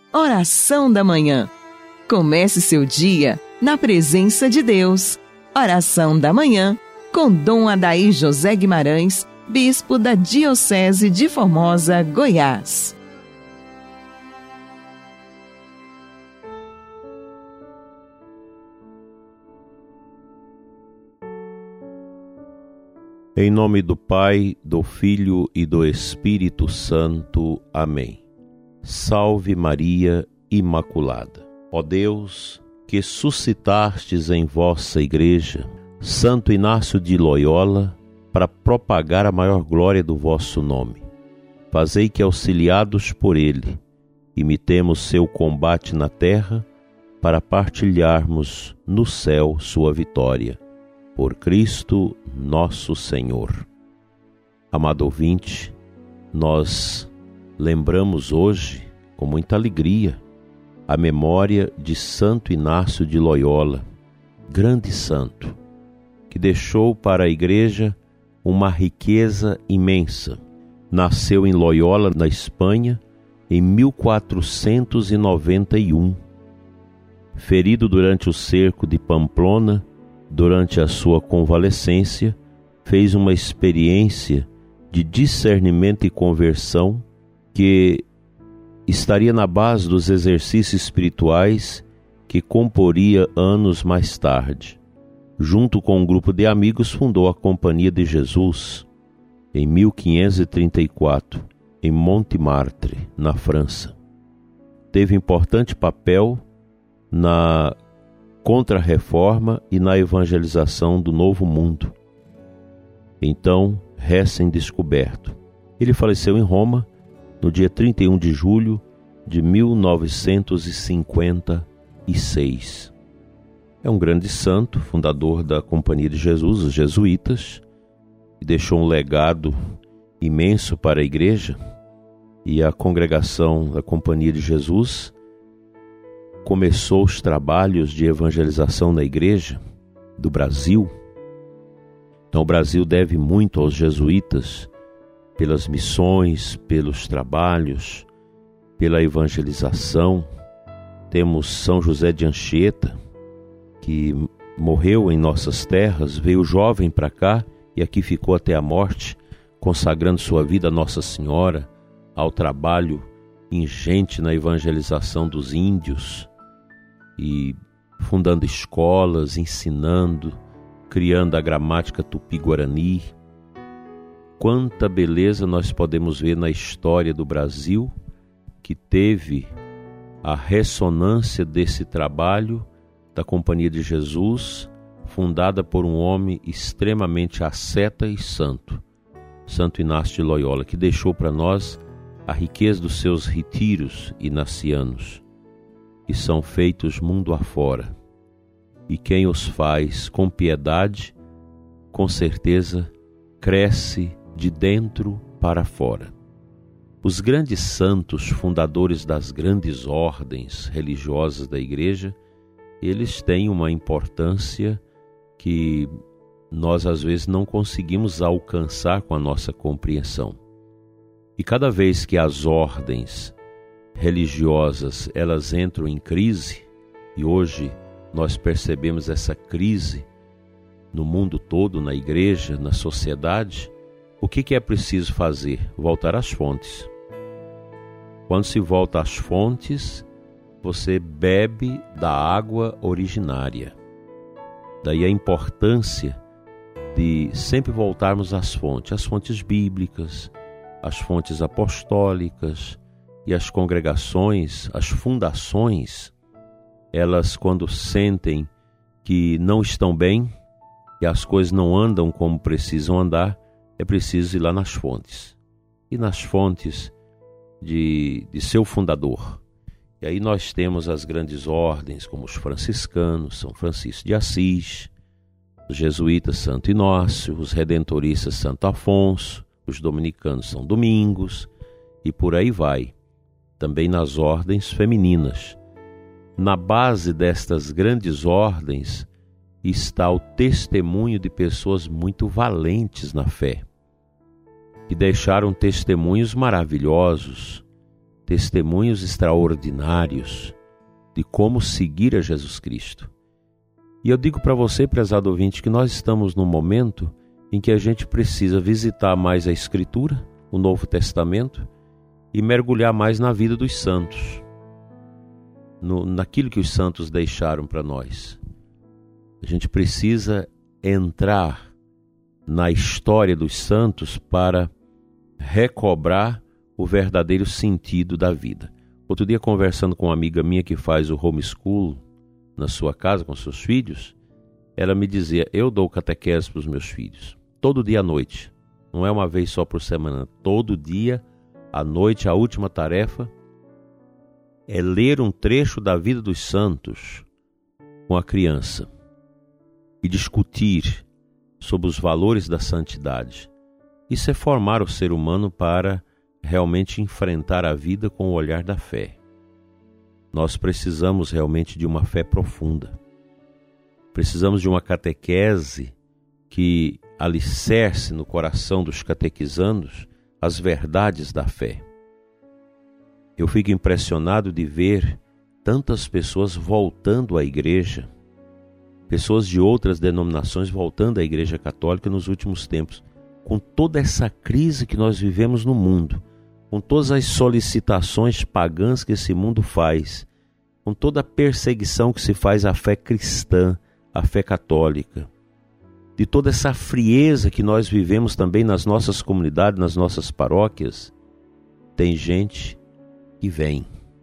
Oração da Manhã. Comece seu dia na presença de Deus. Oração da Manhã com Dom Adair José Guimarães, Bispo da Diocese de Formosa, Goiás. Em nome do Pai, do Filho e do Espírito Santo. Amém. Salve Maria Imaculada. Ó Deus, que suscitastes em vossa Igreja Santo Inácio de Loyola para propagar a maior glória do vosso nome, fazei que, auxiliados por ele, imitemos seu combate na terra para partilharmos no céu sua vitória. Por Cristo nosso Senhor. Amado ouvinte, nós lembramos hoje, com muita alegria, a memória de Santo Inácio de Loyola, grande santo, que deixou para a Igreja uma riqueza imensa. Nasceu em Loyola, na Espanha, em 1491. Ferido durante o cerco de Pamplona, durante a sua convalescência, fez uma experiência de discernimento e conversão que estaria na base dos exercícios espirituais que comporia anos mais tarde. Junto com um grupo de amigos, fundou a Companhia de Jesus em 1534, em Montmartre, na França. Teve importante papel na Contra-Reforma e na evangelização do Novo Mundo, então recém-descoberto. Ele faleceu em Roma no dia 31 de julho de 1956. É um grande santo, fundador da Companhia de Jesus, os jesuítas, e deixou um legado imenso para a Igreja, e a congregação da Companhia de Jesus começou os trabalhos de evangelização na Igreja do Brasil. Então o Brasil deve muito aos jesuítas pelas missões, pelos trabalhos, pela evangelização. Temos São José de Anchieta, que morreu em nossas terras, veio jovem para cá e aqui ficou até a morte, consagrando sua vida a Nossa Senhora, ao trabalho ingente na evangelização dos índios, e fundando escolas, ensinando, criando a gramática tupi-guarani. Quanta beleza nós podemos ver na história do Brasil, que teve a ressonância desse trabalho da Companhia de Jesus, fundada por um homem extremamente asceta e santo, Santo Inácio de Loyola, que deixou para nós a riqueza dos seus retiros inacianos, que são feitos mundo afora. E quem os faz com piedade, com certeza, cresce de dentro para fora. Os grandes santos, fundadores das grandes ordens religiosas da Igreja, eles têm uma importância que nós às vezes não conseguimos alcançar com a nossa compreensão. E cada vez que as ordens religiosas elas entram em crise, e hoje nós percebemos essa crise no mundo todo, na Igreja, na sociedade, o que é preciso fazer? Voltar às fontes. Quando se volta às fontes, você bebe da água originária. Daí a importância de sempre voltarmos às fontes bíblicas, às fontes apostólicas, e as congregações, as fundações, elas quando sentem que não estão bem, que as coisas não andam como precisam andar, é preciso ir lá nas fontes. E nas fontes de seu fundador. E aí nós temos as grandes ordens, como os franciscanos, São Francisco de Assis, os jesuítas Santo Inácio, os redentoristas Santo Afonso, os dominicanos São Domingos, e por aí vai. Também nas ordens femininas. Na base destas grandes ordens está o testemunho de pessoas muito valentes na fé, que deixaram testemunhos maravilhosos, testemunhos extraordinários de como seguir a Jesus Cristo. E eu digo para você, prezado ouvinte, que nós estamos num momento em que a gente precisa visitar mais a Escritura, o Novo Testamento, e mergulhar mais na vida dos santos, naquilo que os santos deixaram para nós. A gente precisa entrar na história dos santos para recobrar o verdadeiro sentido da vida. Outro dia, conversando com uma amiga minha que faz o homeschool na sua casa com seus filhos, ela me dizia: eu dou catequese para os meus filhos, todo dia à noite, não é uma vez só por semana, todo dia à noite. A última tarefa é ler um trecho da vida dos santos com a criança e discutir sobre os valores da santidade. Isso é formar o ser humano para realmente enfrentar a vida com o olhar da fé. Nós precisamos realmente de uma fé profunda. Precisamos de uma catequese que alicerce no coração dos catequizandos as verdades da fé. Eu fico impressionado de ver tantas pessoas voltando à igreja, pessoas de outras denominações voltando à Igreja Católica nos últimos tempos, com toda essa crise que nós vivemos no mundo, com todas as solicitações pagãs que esse mundo faz, com toda a perseguição que se faz à fé cristã, à fé católica, de toda essa frieza que nós vivemos também nas nossas comunidades, nas nossas paróquias, tem gente que vem.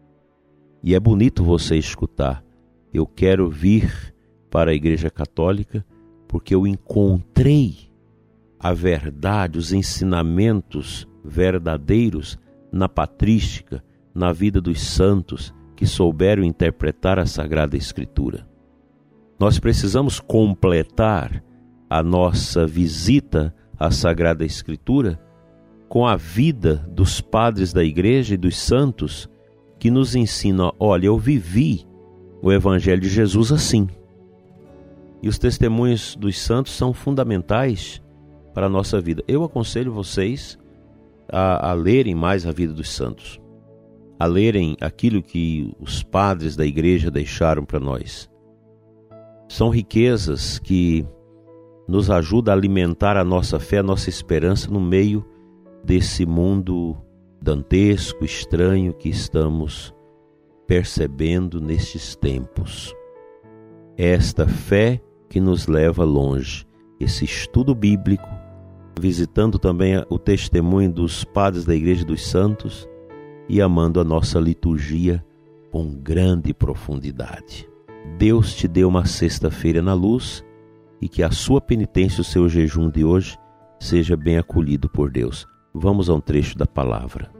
E é bonito você escutar: eu quero vir para a Igreja Católica porque eu encontrei a verdade, os ensinamentos verdadeiros na patrística, na vida dos santos que souberam interpretar a Sagrada Escritura. Nós precisamos completar a nossa visita à Sagrada Escritura com a vida dos padres da Igreja e dos santos que nos ensinam: olha, eu vivi o Evangelho de Jesus assim. E os testemunhos dos santos são fundamentais para a nossa vida. Eu aconselho vocês a lerem mais a vida dos santos, a lerem aquilo que os padres da igreja deixaram para nós. São riquezas que nos ajudam a alimentar a nossa fé, a nossa esperança no meio desse mundo dantesco, estranho que estamos percebendo nestes tempos. Esta fé que nos leva longe, esse estudo bíblico, visitando também o testemunho dos padres da Igreja dos Santos e amando a nossa liturgia com grande profundidade. Deus te deu uma sexta-feira na luz e que a sua penitência, o seu jejum de hoje, seja bem acolhido por Deus. Vamos a um trecho da palavra.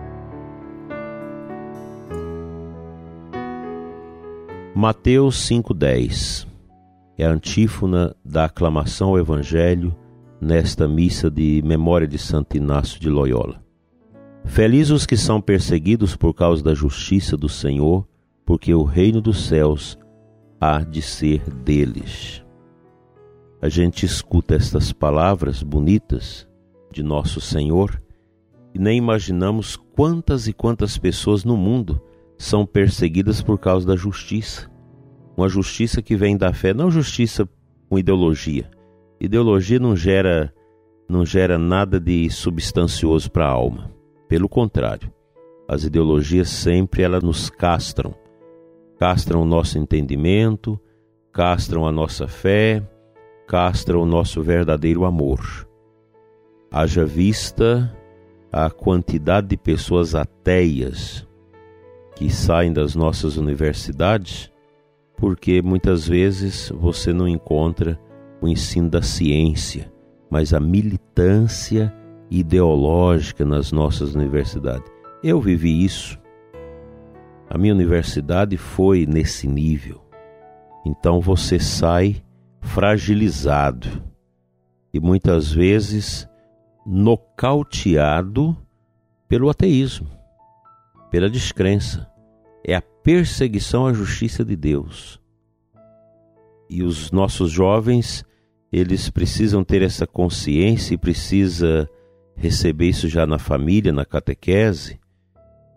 Mateus 5,10 é a antífona da aclamação ao Evangelho nesta missa de memória de Santo Inácio de Loyola. Felizes os que são perseguidos por causa da justiça do Senhor, porque o reino dos céus há de ser deles. A gente escuta estas palavras bonitas de nosso Senhor e nem imaginamos quantas e quantas pessoas no mundo são perseguidas por causa da justiça. Uma justiça que vem da fé, não justiça com ideologia. Ideologia não gera nada de substancioso para a alma. Pelo contrário, as ideologias sempre elas nos castram. Castram o nosso entendimento, castram a nossa fé, castram o nosso verdadeiro amor. Haja vista a quantidade de pessoas ateias que saem das nossas universidades, porque muitas vezes você não encontra o ensino da ciência, mas a militância ideológica nas nossas universidades. Eu vivi isso. A minha universidade foi nesse nível. Então você sai fragilizado e muitas vezes nocauteado pelo ateísmo, pela descrença. É a perseguição à justiça de Deus. E os nossos jovens, eles precisam ter essa consciência e precisa receber isso já na família, na catequese,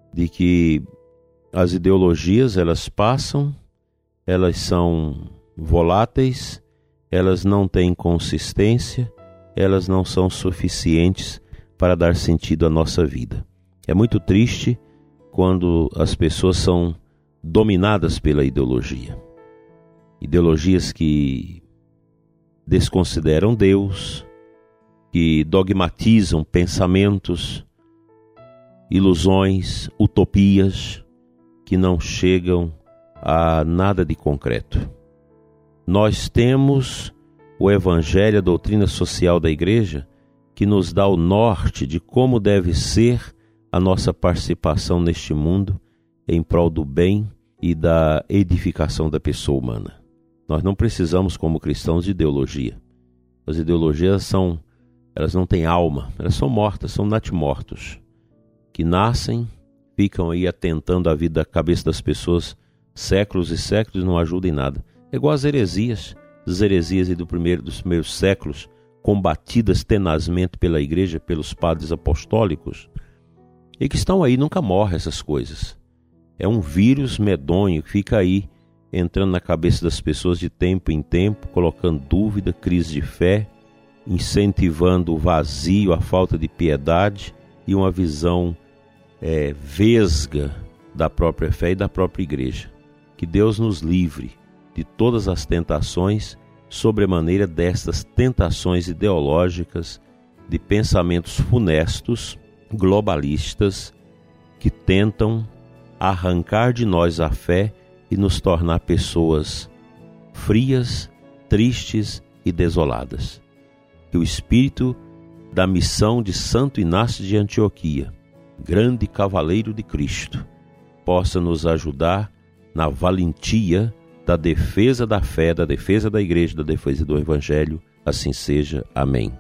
de que as ideologias, elas passam, elas são voláteis, elas não têm consistência, elas não são suficientes para dar sentido à nossa vida. É muito triste quando as pessoas são dominadas pela ideologia. Ideologias que desconsideram Deus, que dogmatizam pensamentos, ilusões, utopias, que não chegam a nada de concreto. Nós temos o Evangelho, a doutrina social da Igreja, que nos dá o norte de como deve ser a nossa participação neste mundo em prol do bem e da edificação da pessoa humana. Nós não precisamos, como cristãos, de ideologia. As ideologias elas não têm alma, elas são mortas, são natimortos, que nascem, ficam aí atentando a vida, a cabeça das pessoas séculos e séculos e não ajudam em nada. É igual às heresias aí dos primeiros séculos, combatidas tenazmente pela igreja, pelos padres apostólicos, e que estão aí, nunca morrem essas coisas. É um vírus medonho que fica aí, entrando na cabeça das pessoas de tempo em tempo, colocando dúvida, crise de fé, incentivando o vazio, a falta de piedade e uma visão vesga da própria fé e da própria igreja. Que Deus nos livre de todas as tentações, sobremaneira destas tentações ideológicas, de pensamentos funestos, globalistas, que tentam arrancar de nós a fé e nos tornar pessoas frias, tristes e desoladas. Que o espírito da missão de Santo Inácio de Antioquia, grande cavaleiro de Cristo, possa nos ajudar na valentia da defesa da fé, da defesa da igreja, da defesa do Evangelho. Assim seja. Amém.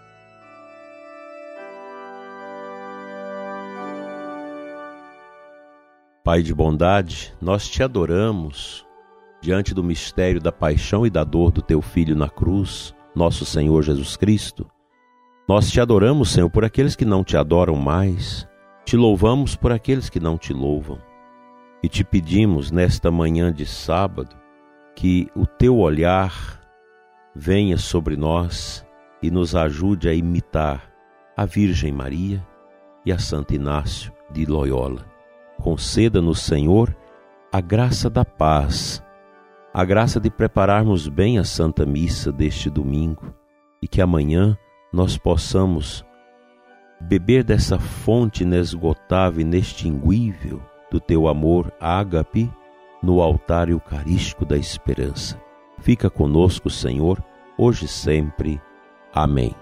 Pai de bondade, nós te adoramos diante do mistério da paixão e da dor do teu Filho na cruz, nosso Senhor Jesus Cristo. Nós te adoramos, Senhor, por aqueles que não te adoram mais, te louvamos por aqueles que não te louvam. E te pedimos nesta manhã de sábado que o teu olhar venha sobre nós e nos ajude a imitar a Virgem Maria e a Santo Inácio de Loyola. Conceda-nos, Senhor, a graça da paz, a graça de prepararmos bem a Santa Missa deste domingo e que amanhã nós possamos beber dessa fonte inesgotável e inextinguível do teu amor ágape no altar eucarístico da esperança. Fica conosco, Senhor, hoje e sempre. Amém.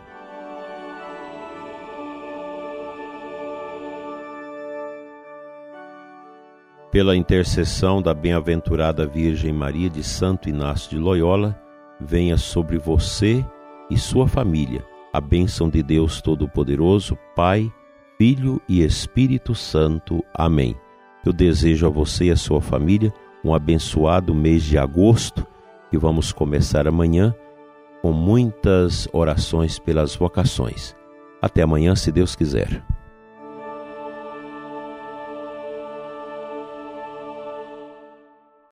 Pela intercessão da bem-aventurada Virgem Maria de Santo Inácio de Loyola, venha sobre você e sua família a bênção de Deus Todo-Poderoso, Pai, Filho e Espírito Santo. Amém. Eu desejo a você e a sua família um abençoado mês de agosto e vamos começar amanhã com muitas orações pelas vocações. Até amanhã, se Deus quiser.